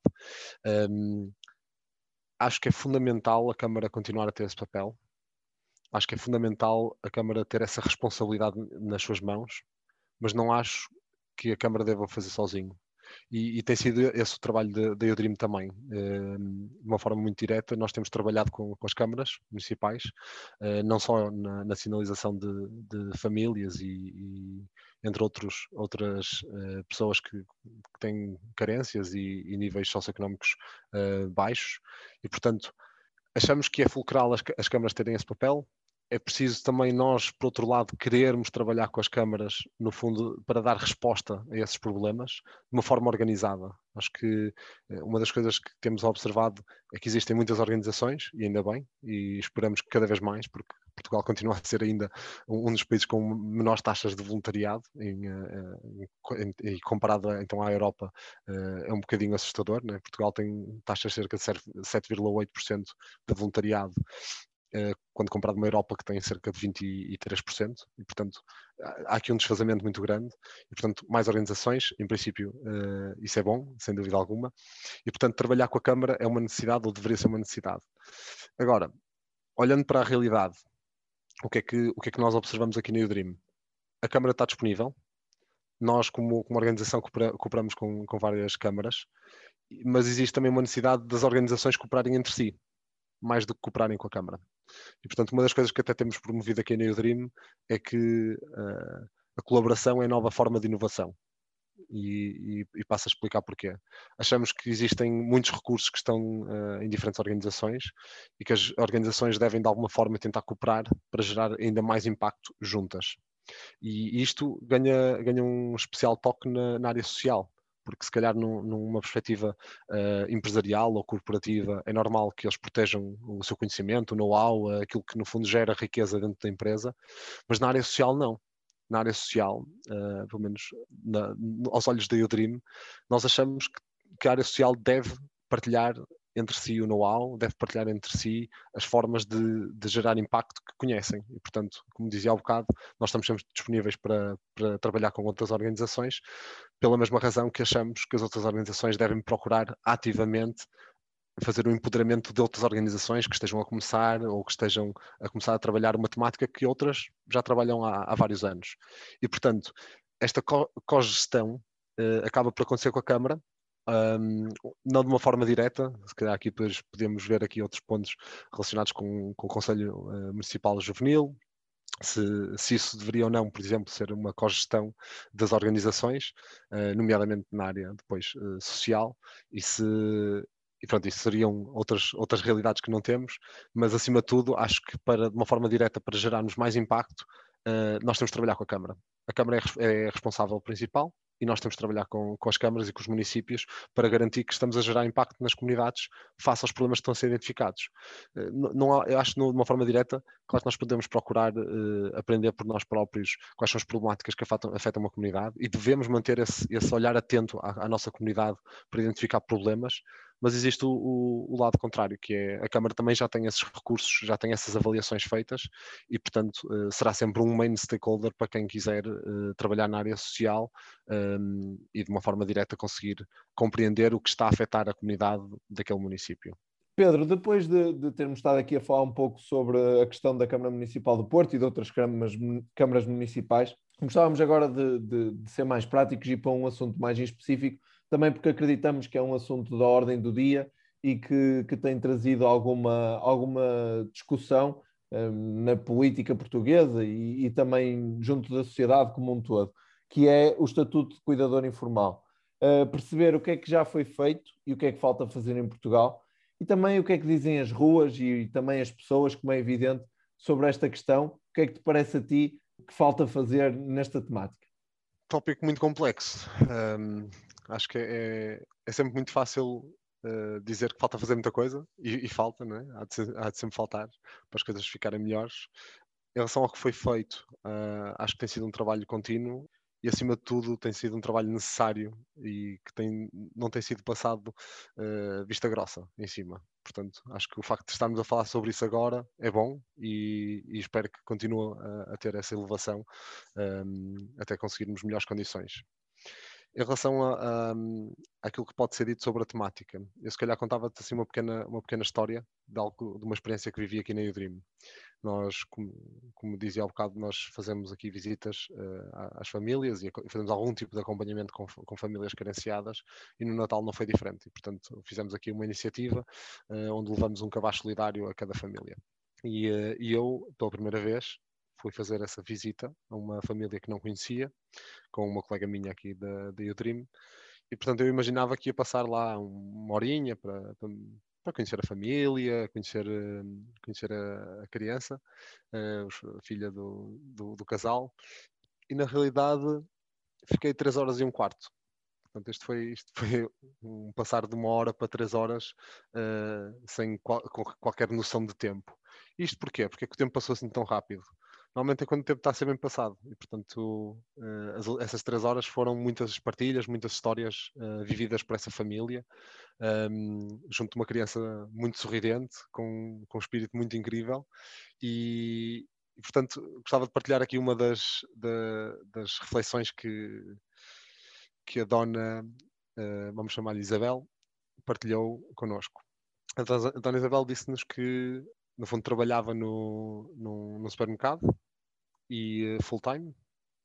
B: Um, acho que é fundamental a Câmara continuar a ter esse papel. Acho que é fundamental a Câmara ter essa responsabilidade nas suas mãos, mas não acho que a Câmara deva fazer sozinho. E, e tem sido esse o trabalho da Eudream também. De uma forma muito direta, nós temos trabalhado com, com as câmaras municipais, não só na, na sinalização de, de famílias e, e entre outros, outras pessoas que, que têm carências e, e níveis socioeconómicos baixos, e portanto achamos que é fulcral as, as câmaras terem esse papel. É preciso também nós, por outro lado, querermos trabalhar com as câmaras, no fundo, para dar resposta a esses problemas de uma forma organizada. Acho que uma das coisas que temos observado é que existem muitas organizações, e ainda bem, e esperamos que cada vez mais, porque Portugal continua a ser ainda um dos países com menores taxas de voluntariado, em, em, em, comparado então à Europa, é um bocadinho assustador, né? Portugal tem taxas de cerca de sete vírgula oito por cento de voluntariado, quando comparado uma Europa que tem cerca de vinte e três por cento, e portanto há aqui um desfazamento muito grande, e portanto mais organizações, em princípio uh, isso é bom, sem dúvida alguma, e portanto trabalhar com a Câmara é uma necessidade, ou deveria ser uma necessidade. Agora, olhando para a realidade, o que é que, o que, é que nós observamos aqui no Eudream? A Câmara está disponível, nós como, como organização cooperamos com, com várias câmaras, mas existe também uma necessidade das organizações cooperarem entre si, mais do que cooperarem com a Câmara. E, portanto, uma das coisas que até temos promovido aqui na Eudream é que uh, a colaboração é a nova forma de inovação. E, e, e passo a explicar porquê. Achamos que existem muitos recursos que estão uh, em diferentes organizações e que as organizações devem de alguma forma tentar cooperar para gerar ainda mais impacto juntas. E isto ganha, ganha um especial toque na, na área social, porque se calhar num, numa perspectiva uh, empresarial ou corporativa é normal que eles protejam o seu conhecimento, o know-how, aquilo que no fundo gera riqueza dentro da empresa, mas na área social não. Na área social, uh, pelo menos na, aos olhos da Udream, nós achamos que, que a área social deve partilhar entre si o know-how, deve partilhar entre si as formas de, de gerar impacto que conhecem. E, portanto, como dizia há bocado, nós estamos sempre disponíveis para, para trabalhar com outras organizações, pela mesma razão que achamos que as outras organizações devem procurar ativamente fazer o empoderamento de outras organizações que estejam a começar ou que estejam a começar a trabalhar uma temática que outras já trabalham há, há vários anos. E, portanto, esta co- cogestão uh, acaba por acontecer com a Câmara, um, não de uma forma direta, se calhar aqui depois podemos ver aqui outros pontos relacionados com, com o Conselho uh, Municipal Juvenil, se, se isso deveria ou não, por exemplo, ser uma cogestão das organizações, uh, nomeadamente na área depois uh, social, e se e pronto, isso seriam outras, outras realidades que não temos, mas acima de tudo, acho que para, de uma forma direta, para gerarmos mais impacto, uh, nós temos de trabalhar com a Câmara. A Câmara é, é responsável principal e nós temos de trabalhar com, com as câmaras e com os municípios para garantir que estamos a gerar impacto nas comunidades face aos problemas que estão a ser identificados. Uh, não, não há, eu acho que de uma forma direta, claro que nós podemos procurar uh, aprender por nós próprios quais são as problemáticas que afetam, afetam uma comunidade e devemos manter esse, esse olhar atento à, à nossa comunidade para identificar problemas, mas existe o, o, o lado contrário, que é a Câmara também já tem esses recursos, já tem essas avaliações feitas e, portanto, uh, será sempre um main stakeholder para quem quiser uh, trabalhar na área social um, e de uma forma direta conseguir compreender o que está a afetar a comunidade daquele município.
A: Pedro, depois de, de termos estado aqui a falar um pouco sobre a questão da Câmara Municipal do Porto e de outras câmaras, câmaras municipais, gostávamos agora de, de, de ser mais práticos e para um assunto mais em específico, também porque acreditamos que é um assunto da ordem do dia e que, que tem trazido alguma, alguma discussão um, na política portuguesa e, e também junto da sociedade como um todo, que é o Estatuto de Cuidador Informal. Uh, perceber o que é que já foi feito e o que é que falta fazer em Portugal. E também o que é que dizem as ruas e também as pessoas, como é evidente, sobre esta questão. O que é que te parece a ti que falta fazer nesta temática?
B: Tópico muito complexo. Um, acho que é, é sempre muito fácil uh, dizer que falta fazer muita coisa e, e falta, não é? Há de, ser, há de sempre faltar para as coisas ficarem melhores. Em relação ao que foi feito, uh, acho que tem sido um trabalho contínuo e, acima de tudo, tem sido um trabalho necessário e que tem, não tem sido passado uh, vista grossa em cima. Portanto, acho que o facto de estarmos a falar sobre isso agora é bom e, e espero que continue a, a ter essa elevação um, até conseguirmos melhores condições. Em relação a, a, àquilo que pode ser dito sobre a temática, eu se calhar contava-te assim uma pequena, uma pequena história de, algo, de uma experiência que vivi aqui na Udream. Nós, como, como dizia há bocado, nós fazemos aqui visitas uh, às famílias e fazemos algum tipo de acompanhamento com, com famílias carenciadas e no Natal não foi diferente. E, portanto, fizemos aqui uma iniciativa uh, onde levamos um cabaz solidário a cada família. E, uh, e eu, pela primeira vez, fui fazer essa visita a uma família que não conhecia, com uma colega minha aqui da, da Udream, e portanto eu imaginava que ia passar lá uma horinha para, para, para conhecer a família, conhecer, conhecer a, a criança, a filha do, do, do casal, e na realidade fiquei três horas e um quarto. Portanto, isto foi, isto foi um passar de uma hora para três horas uh, sem qual, qualquer noção de tempo. Isto porquê? Porque é que o tempo passou assim tão rápido? Normalmente é quando o tempo está a ser bem passado. E, portanto, uh, as, essas três horas foram muitas partilhas, muitas histórias uh, vividas por essa família, um, junto de uma criança muito sorridente, com, com um espírito muito incrível. E, e, portanto, gostava de partilhar aqui uma das, da, das reflexões que que a dona, uh, vamos chamar-lhe Isabel, partilhou connosco. A dona Isabel disse-nos que, no fundo, trabalhava no, no, no supermercado e uh, full-time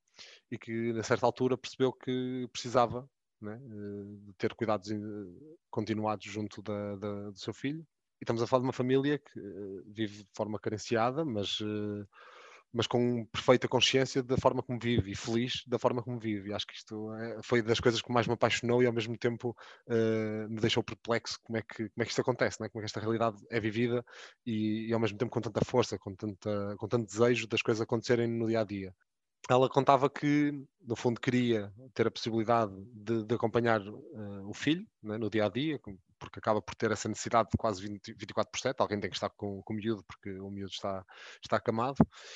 B: e que, a certa altura, percebeu que precisava, né, de ter cuidados continuados junto da, da, do seu filho. E estamos a falar de uma família que uh, vive de forma carenciada, mas uh, mas com perfeita consciência da forma como vive e feliz da forma como vive. E acho que isto é, foi das coisas que mais me apaixonou e ao mesmo tempo uh, me deixou perplexo como é que, como é que isto acontece, né? Como é que esta realidade é vivida e, e ao mesmo tempo com tanta força, com, tanta, com tanto desejo das coisas acontecerem no dia-a-dia. Ela contava que, no fundo, queria ter a possibilidade de, de acompanhar uh, o filho, né, no dia-a-dia, porque acaba por ter essa necessidade de quase vinte, vinte e quatro por sete. Alguém tem que estar com, com o miúdo, porque o miúdo está, está acamado.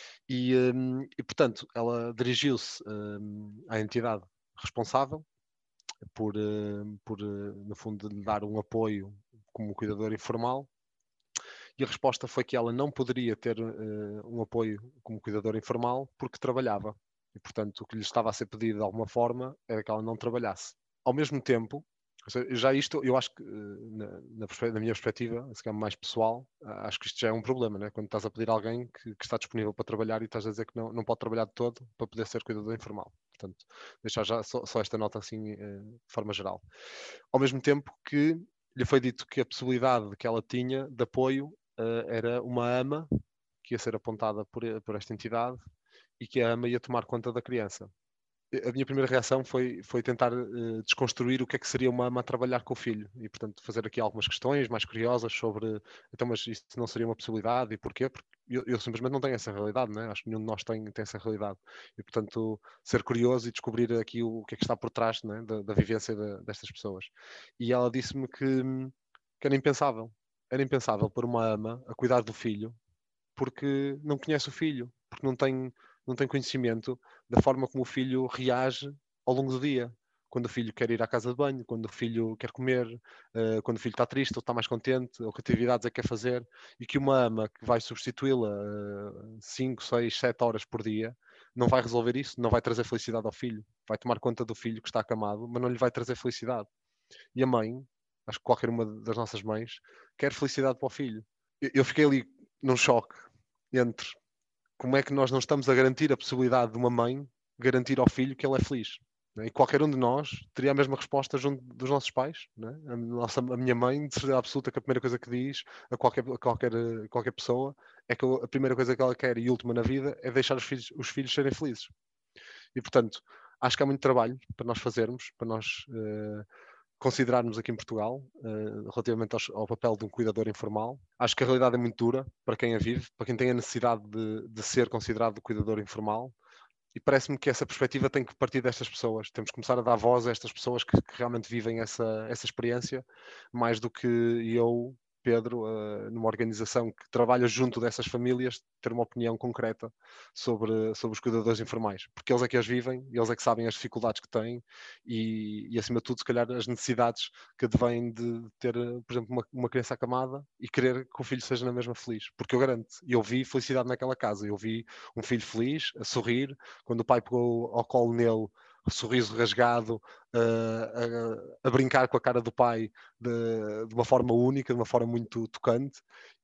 B: E, um, e, portanto, ela dirigiu-se um, à entidade responsável por, uh, por uh, no fundo, lhe dar um apoio como cuidador informal. E a resposta foi que ela não poderia ter uh, um apoio como cuidadora informal porque trabalhava. E, portanto, o que lhe estava a ser pedido de alguma forma era que ela não trabalhasse. Ao mesmo tempo, já isto, eu acho que, na, na, na minha perspectiva, se calhar mais pessoal, acho que isto já é um problema, né? Quando estás a pedir a alguém que, que está disponível para trabalhar e estás a dizer que não, não pode trabalhar de todo para poder ser cuidador informal. Portanto, deixar já só, só esta nota assim, de forma geral. Ao mesmo tempo que lhe foi dito que a possibilidade que ela tinha de apoio Uh, era uma ama que ia ser apontada por, por esta entidade e que a ama ia tomar conta da criança. A minha primeira reação foi, foi tentar uh, desconstruir o que é que seria uma ama a trabalhar com o filho e, portanto, fazer aqui algumas questões mais curiosas sobre, então, mas isso não seria uma possibilidade e porquê? Porque eu, eu simplesmente não tenho essa realidade, né? Acho que nenhum de nós tem, tem essa realidade. E, portanto, ser curioso e descobrir aqui o, o que é que está por trás, né? da, da vivência de, destas pessoas. E ela disse-me que, que era impensável. Era impensável pôr uma ama a cuidar do filho porque não conhece o filho, porque não tem, não tem conhecimento da forma como o filho reage ao longo do dia. Quando o filho quer ir à casa de banho, quando o filho quer comer, uh, quando o filho está triste ou está mais contente, ou que atividades é que quer fazer, e que uma ama que vai substituí-la cinco, seis, sete horas por dia não vai resolver isso, não vai trazer felicidade ao filho, vai tomar conta do filho que está acamado, mas não lhe vai trazer felicidade. E a mãe, acho que qualquer uma das nossas mães, quer felicidade para o filho. Eu fiquei ali num choque entre como é que nós não estamos a garantir a possibilidade de uma mãe garantir ao filho que ele é feliz. Né? E qualquer um de nós teria a mesma resposta junto dos nossos pais. Né? A, nossa, a minha mãe, de certeza absoluta, que a primeira coisa que diz a qualquer, a qualquer, a qualquer pessoa é que a primeira coisa que ela quer e última na vida é deixar os filhos, os filhos serem felizes. E, portanto, acho que há muito trabalho para nós fazermos, para nós... Uh, considerarmos aqui em Portugal, uh, relativamente aos, ao papel de um cuidador informal. Acho que a realidade é muito dura para quem a vive, para quem tem a necessidade de, de ser considerado cuidador informal. E parece-me que essa perspectiva tem que partir destas pessoas. Temos que começar a dar voz a estas pessoas que, que realmente vivem essa, essa experiência, mais do que eu, Pedro, uh, numa organização que trabalha junto dessas famílias, ter uma opinião concreta sobre, sobre os cuidadores informais. Porque eles é que as vivem, eles é que sabem as dificuldades que têm e, e acima de tudo, se calhar, as necessidades que advêm de ter, por exemplo, uma, uma criança acamada e querer que o filho seja na mesma feliz. Porque eu garanto, eu vi felicidade naquela casa, eu vi um filho feliz, a sorrir, quando o pai pegou ao colo nele, sorriso rasgado, uh, a, a brincar com a cara do pai de, de uma forma única, de uma forma muito tocante,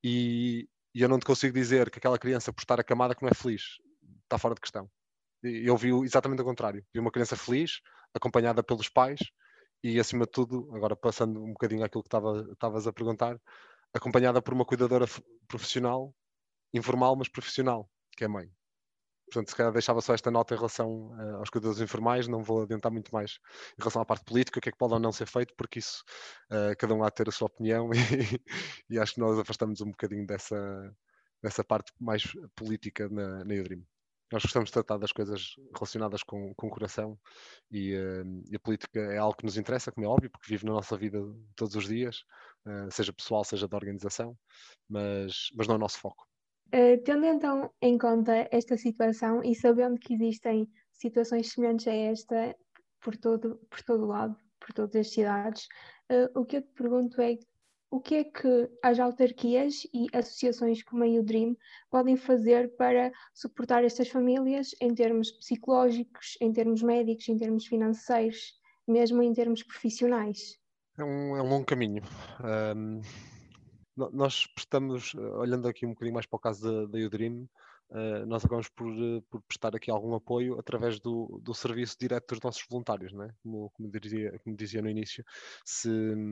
B: e, e eu não te consigo dizer que aquela criança, por estar acamada, que não é feliz. Está fora de questão. Eu vi exatamente o contrário. Vi uma criança feliz, acompanhada pelos pais, e acima de tudo, agora passando um bocadinho àquilo que estavas a perguntar, acompanhada por uma cuidadora profissional, informal, mas profissional, que é a mãe. Portanto, se calhar deixava só esta nota em relação uh, aos cuidadores informais, não vou adiantar muito mais em relação à parte política, o que é que pode ou não ser feito, porque isso, uh, cada um há de ter a sua opinião e, e acho que nós afastamos um bocadinho dessa, dessa parte mais política na, na Udream. Nós gostamos de tratar das coisas relacionadas com, com o coração e, uh, e a política é algo que nos interessa, como é óbvio, porque vive na nossa vida todos os dias, uh, seja pessoal, seja da organização, mas, mas não é o nosso foco.
C: Uh, tendo então em conta esta situação e sabendo que existem situações semelhantes a esta por todo, por todo lado, por todas as cidades, uh, o que eu te pergunto é o que é que as autarquias e associações como a Udream podem fazer para suportar estas famílias em termos psicológicos, em termos médicos, em termos financeiros, mesmo em termos profissionais?
B: É um, é um longo caminho. Um... Nós prestamos, olhando aqui um bocadinho mais para o caso da, da Udream, uh, nós acabamos por, uh, por prestar aqui algum apoio através do, do serviço direto dos nossos voluntários, não é? Como, como, dizia, como dizia no início, se,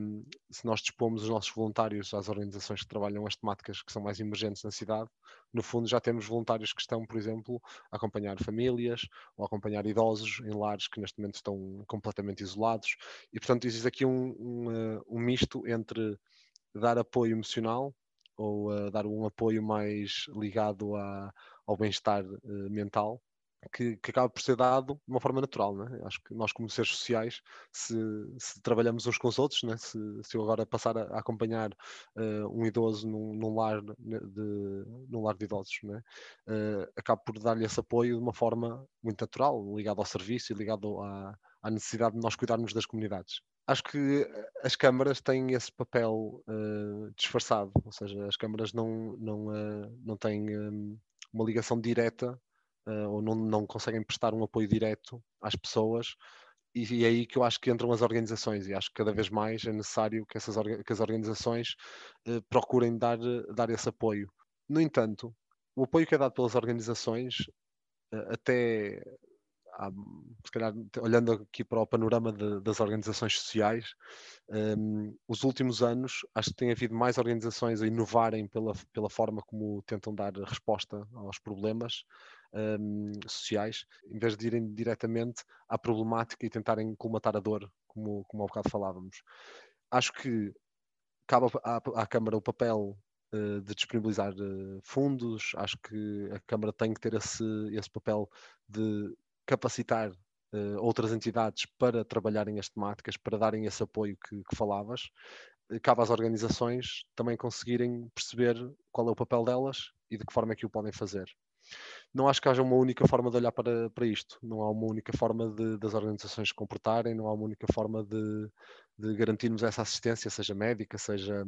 B: se nós dispomos os nossos voluntários às organizações que trabalham as temáticas que são mais emergentes na cidade, no fundo já temos voluntários que estão, por exemplo, a acompanhar famílias ou a acompanhar idosos em lares que neste momento estão completamente isolados, e portanto existe aqui um, um, um misto entre dar apoio emocional ou uh, dar um apoio mais ligado a, ao bem-estar uh, mental, que, que acaba por ser dado de uma forma natural, né? Acho que nós, como seres sociais, se, se trabalhamos uns com os outros, né? se, se eu agora passar a, a acompanhar uh, um idoso num, num, lar de, num lar de idosos, né? uh, acabo por dar-lhe esse apoio de uma forma muito natural, ligado ao serviço e ligado à, à necessidade de nós cuidarmos das comunidades. Acho que as câmaras têm esse papel uh, disfarçado, ou seja, as câmaras não, não, uh, não têm um, uma ligação direta uh, ou não, não conseguem prestar um apoio direto às pessoas, e, e é aí que eu acho que entram as organizações, e acho que cada vez mais é necessário que, essas, que as organizações uh, procurem dar, dar esse apoio. No entanto, o apoio que é dado pelas organizações, uh, até... Há, se calhar, olhando aqui para o panorama de, das organizações sociais, um, os últimos anos acho que tem havido mais organizações a inovarem pela, pela forma como tentam dar resposta aos problemas um, sociais, em vez de irem diretamente à problemática e tentarem colmatar a dor, como, como há bocado falávamos. Acho que cabe à, à Câmara o papel uh, de disponibilizar uh, fundos, acho que a Câmara tem que ter esse, esse papel de capacitar uh, outras entidades para trabalharem as temáticas, para darem esse apoio que, que falavas. Cabe às organizações também conseguirem perceber qual é o papel delas e de que forma é que o podem fazer. Não acho que haja uma única forma de olhar para, para isto, não há uma única forma de, das organizações se comportarem, não há uma única forma de, de garantirmos essa assistência, seja médica, seja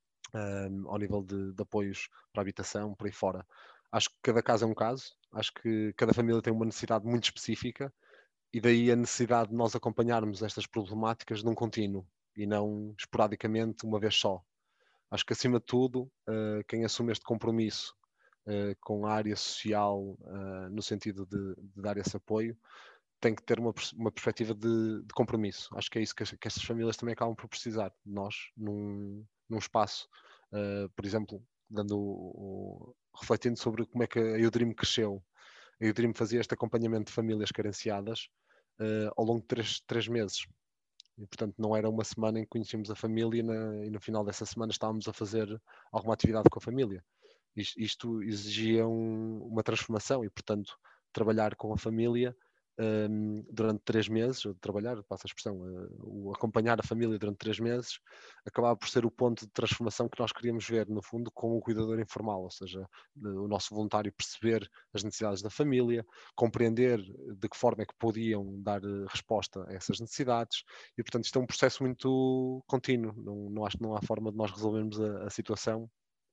B: um, ao nível de, de apoios para a habitação, por aí fora. Acho que cada caso é um caso, acho que cada família tem uma necessidade muito específica, e daí a necessidade de nós acompanharmos estas problemáticas num contínuo e não esporadicamente uma vez só. Acho que, acima de tudo, uh, quem assume este compromisso uh, com a área social, uh, no sentido de, de dar esse apoio, tem que ter uma, uma perspectiva de, de compromisso. Acho que é isso que, que estas famílias também acabam por precisar de nós, num, num espaço, uh, por exemplo, dando o, o, refletindo sobre como é que a Eudream cresceu. A Eudream fazia este acompanhamento de famílias carenciadas uh, ao longo de três, três meses. E, portanto, não era uma semana em que conhecíamos a família e, na, e no final dessa semana estávamos a fazer alguma atividade com a família. Isto, isto exigia um, uma transformação e, portanto, trabalhar com a família um, durante três meses, trabalhar, passa a expressão, uh, o acompanhar a família durante três meses, acabava por ser o ponto de transformação que nós queríamos ver, no fundo, com o cuidador informal, ou seja, o nosso voluntário perceber as necessidades da família, compreender de que forma é que podiam dar resposta a essas necessidades, e, portanto, isto é um processo muito contínuo. Não, não acho que não há forma de nós resolvermos a, a situação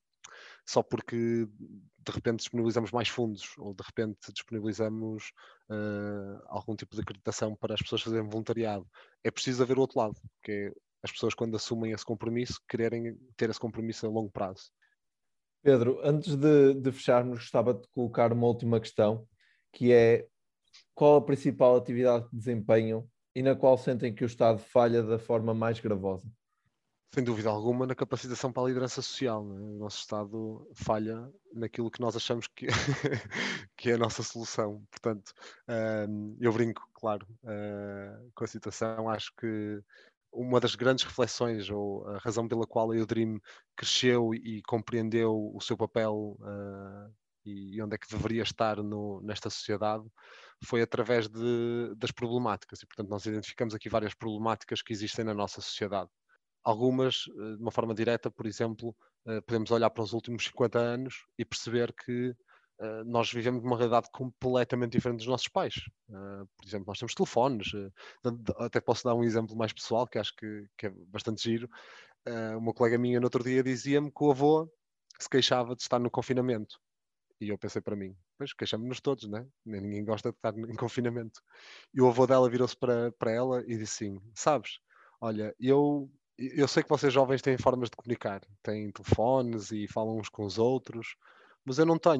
B: só porque de repente disponibilizamos mais fundos ou de repente disponibilizamos uh, algum tipo de acreditação para as pessoas fazerem voluntariado. É preciso haver o outro lado, que é as pessoas, quando assumem esse compromisso, quererem ter esse compromisso a longo prazo.
A: Pedro, antes de, de fecharmos, gostava de colocar uma última questão, que é: qual a principal atividade que desempenham e na qual sentem que o Estado falha da forma mais gravosa?
B: Sem dúvida alguma, na capacitação para a liderança social. Né? O nosso Estado falha naquilo que nós achamos que, que é a nossa solução. Portanto, um, eu brinco, claro, uh, com a situação. Acho que uma das grandes reflexões, ou a razão pela qual a Eudream cresceu e compreendeu o seu papel uh, e onde é que deveria estar no, nesta sociedade, foi através de, das problemáticas. E, portanto, nós identificamos aqui várias problemáticas que existem na nossa sociedade. Algumas, de uma forma direta, por exemplo, podemos olhar para os últimos cinquenta anos e perceber que nós vivemos numa realidade completamente diferente dos nossos pais. Por exemplo, nós temos telefones. Até posso dar um exemplo mais pessoal, que acho que, que é bastante giro. Uma colega minha no outro dia dizia-me que o avô se queixava de estar no confinamento. E eu pensei para mim, pois queixamos-nos todos, né? Ninguém gosta de estar em confinamento. E o avô dela virou-se para, para ela e disse assim: sabes, olha, eu eu sei que vocês jovens têm formas de comunicar, têm telefones e falam uns com os outros, mas eu não tenho.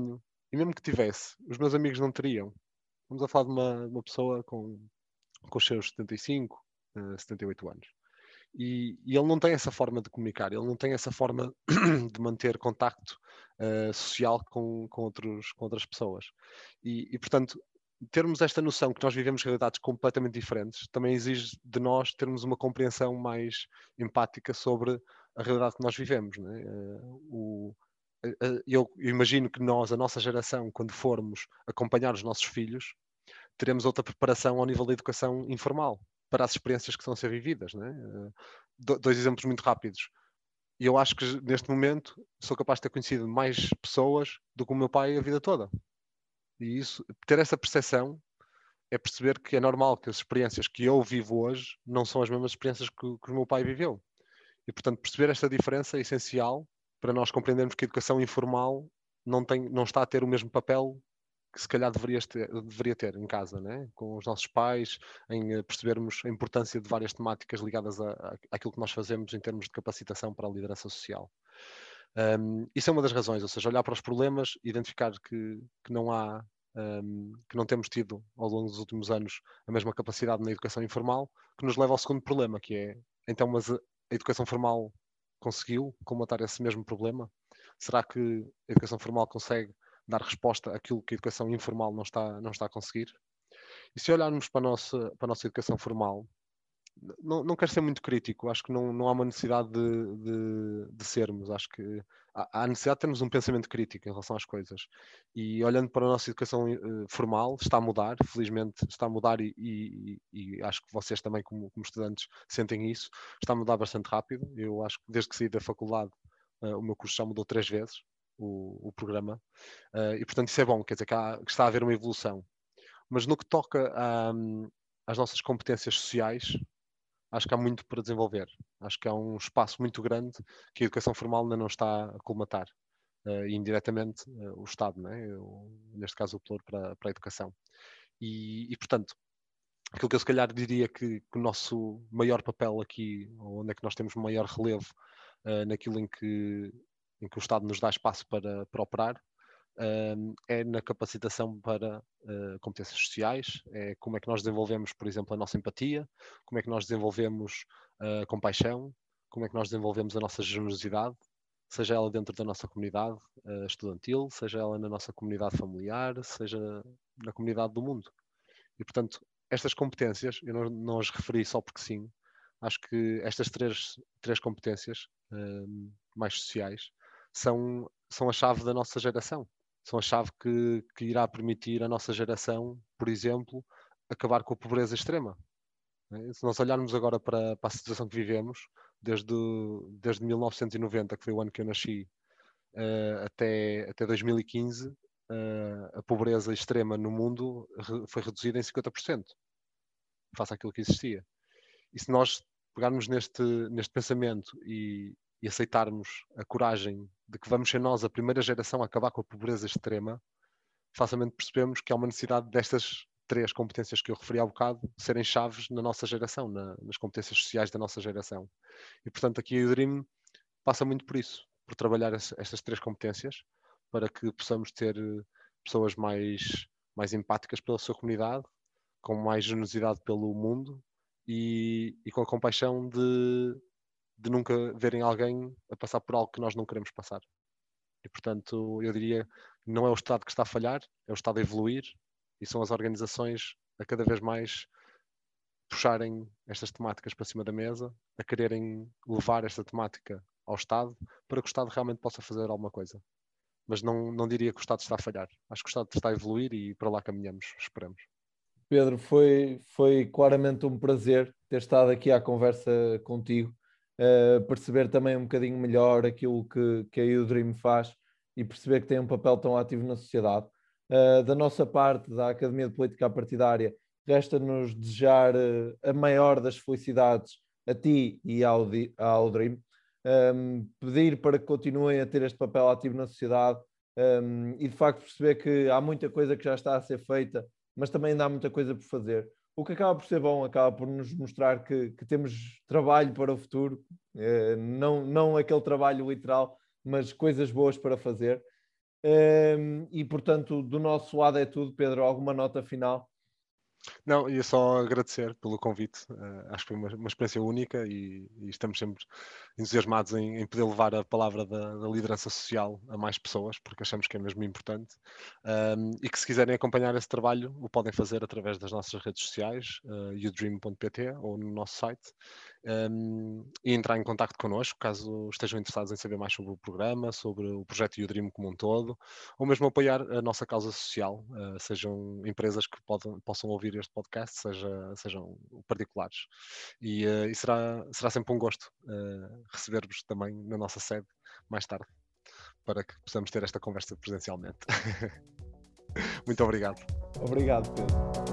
B: E mesmo que tivesse, os meus amigos não teriam. Vamos a falar de uma, uma pessoa com, com os seus setenta e cinco, uh, setenta e oito anos. E, e ele não tem essa forma de comunicar, ele não tem essa forma de manter contacto uh, social com, com, outros, com outras pessoas. E, e, portanto, termos esta noção que nós vivemos realidades completamente diferentes também exige de nós termos uma compreensão mais empática sobre a realidade que nós vivemos. Não é? Uh, o, uh, eu, eu imagino que nós, a nossa geração, quando formos acompanhar os nossos filhos, teremos outra preparação ao nível da educação informal para as experiências que estão a ser vividas. Né? Uh, dois exemplos muito rápidos. E eu acho que neste momento sou capaz de ter conhecido mais pessoas do que o meu pai a vida toda. E isso, ter essa percepção é perceber que é normal que as experiências que eu vivo hoje não são as mesmas experiências que, que o meu pai viveu. E, portanto, perceber esta diferença é essencial para nós compreendermos que a educação informal não, tem, não está a ter o mesmo papel que se calhar deverias ter, deveria ter em casa, né? Com os nossos pais, em percebermos a importância de várias temáticas ligadas a, a, àquilo que nós fazemos em termos de capacitação para a liderança social. Um, isso é uma das razões, ou seja, olhar para os problemas, identificar que, que não há, um, que não temos tido ao longo dos últimos anos a mesma capacidade na educação informal, que nos leva ao segundo problema, que é, então, mas a, a educação formal conseguiu colmatar esse mesmo problema? Será que a educação formal consegue dar resposta àquilo que a educação informal não está, não está a conseguir? E se olharmos para a nossa, para a nossa educação formal, não, não quero ser muito crítico, acho que não, não há uma necessidade de, de, de sermos, acho que há, há necessidade de termos um pensamento crítico em relação às coisas. E olhando para a nossa educação uh, formal, está a mudar, felizmente está a mudar e, e, e acho que vocês também como, como estudantes sentem isso, está a mudar bastante rápido. Eu acho que desde que saí da faculdade uh, o meu curso já mudou três vezes, o, o programa, uh, e portanto isso é bom, quer dizer que, há, que está a haver uma evolução. Mas no que toca a, às nossas competências sociais, acho que há muito para desenvolver. Acho que há um espaço muito grande que a educação formal ainda não está a colmatar. Uh, e indiretamente uh, o Estado, né? Eu, neste caso o Pelouro para, para a educação. E, e, portanto, aquilo que eu se calhar diria que, que o nosso maior papel aqui, ou onde é que nós temos maior relevo uh, naquilo em que, em que o Estado nos dá espaço para, para operar, Uh, é na capacitação para uh, competências sociais, é como é que nós desenvolvemos, por exemplo, a nossa empatia, como é que nós desenvolvemos a uh, compaixão, como é que nós desenvolvemos a nossa generosidade, seja ela dentro da nossa comunidade uh, estudantil, seja ela na nossa comunidade familiar, seja na comunidade do mundo. E, portanto, estas competências, eu não, não as referi só porque sim, acho que estas três, três competências uh, mais sociais são, são a chave da nossa geração. São a chave que, que irá permitir à nossa geração, por exemplo, acabar com a pobreza extrema. Se nós olharmos agora para, para a situação que vivemos, desde, desde mil novecentos e noventa, que foi o ano que eu nasci, uh, até, até dois mil e quinze, uh, a pobreza extrema no mundo re, foi reduzida em cinquenta por cento, face àquilo que existia. E se nós pegarmos neste, neste pensamento e, e aceitarmos a coragem de que vamos ser nós a primeira geração a acabar com a pobreza extrema, facilmente percebemos que há uma necessidade destas três competências que eu referi há bocado serem chaves na nossa geração, na, nas competências sociais da nossa geração. E, portanto, aqui o Dream passa muito por isso, por trabalhar esse, estas três competências para que possamos ter pessoas mais, mais empáticas pela sua comunidade, com mais generosidade pelo mundo e, e com a compaixão de, de nunca verem alguém a passar por algo que nós não queremos passar. E, portanto, eu diria que não é o Estado que está a falhar, é o Estado a evoluir e são as organizações a cada vez mais puxarem estas temáticas para cima da mesa, a quererem levar esta temática ao Estado para que o Estado realmente possa fazer alguma coisa. Mas não, não diria que o Estado está a falhar. Acho que o Estado está a evoluir e para lá caminhamos, esperamos.
A: Pedro, foi, foi claramente um prazer ter estado aqui à conversa contigo, uh, perceber também um bocadinho melhor aquilo que, que a U-Dream faz e perceber que tem um papel tão ativo na sociedade. Uh, da nossa parte, da Academia de Política Partidária, resta-nos desejar uh, a maior das felicidades a ti e ao, ao Dream, um, pedir para que continuem a ter este papel ativo na sociedade um, e de facto perceber que há muita coisa que já está a ser feita, mas também ainda há muita coisa por fazer. O que acaba por ser bom, acaba por nos mostrar que, que temos trabalho para o futuro, eh, não, não aquele trabalho literal, mas coisas boas para fazer. Um, e, portanto, do nosso lado é tudo. Pedro, alguma nota final?
B: Não, ia só agradecer pelo convite. Uh, acho que foi uma, uma experiência única e, e estamos sempre entusiasmados em, em poder levar a palavra da, da liderança social a mais pessoas, porque achamos que é mesmo importante. Um, e que se quiserem acompanhar esse trabalho, o podem fazer através das nossas redes sociais, uh, u dream ponto p t ou no nosso site. Um, e entrar em contacto connosco, caso estejam interessados em saber mais sobre o programa, sobre o projeto U-Dream como um todo, ou mesmo apoiar a nossa causa social, uh, sejam empresas que podem, possam ouvir este podcast, seja, sejam particulares. E, uh, e será, será sempre um gosto uh, receber-vos também na nossa sede mais tarde, para que possamos ter esta conversa presencialmente. Muito obrigado.
A: Obrigado, Pedro.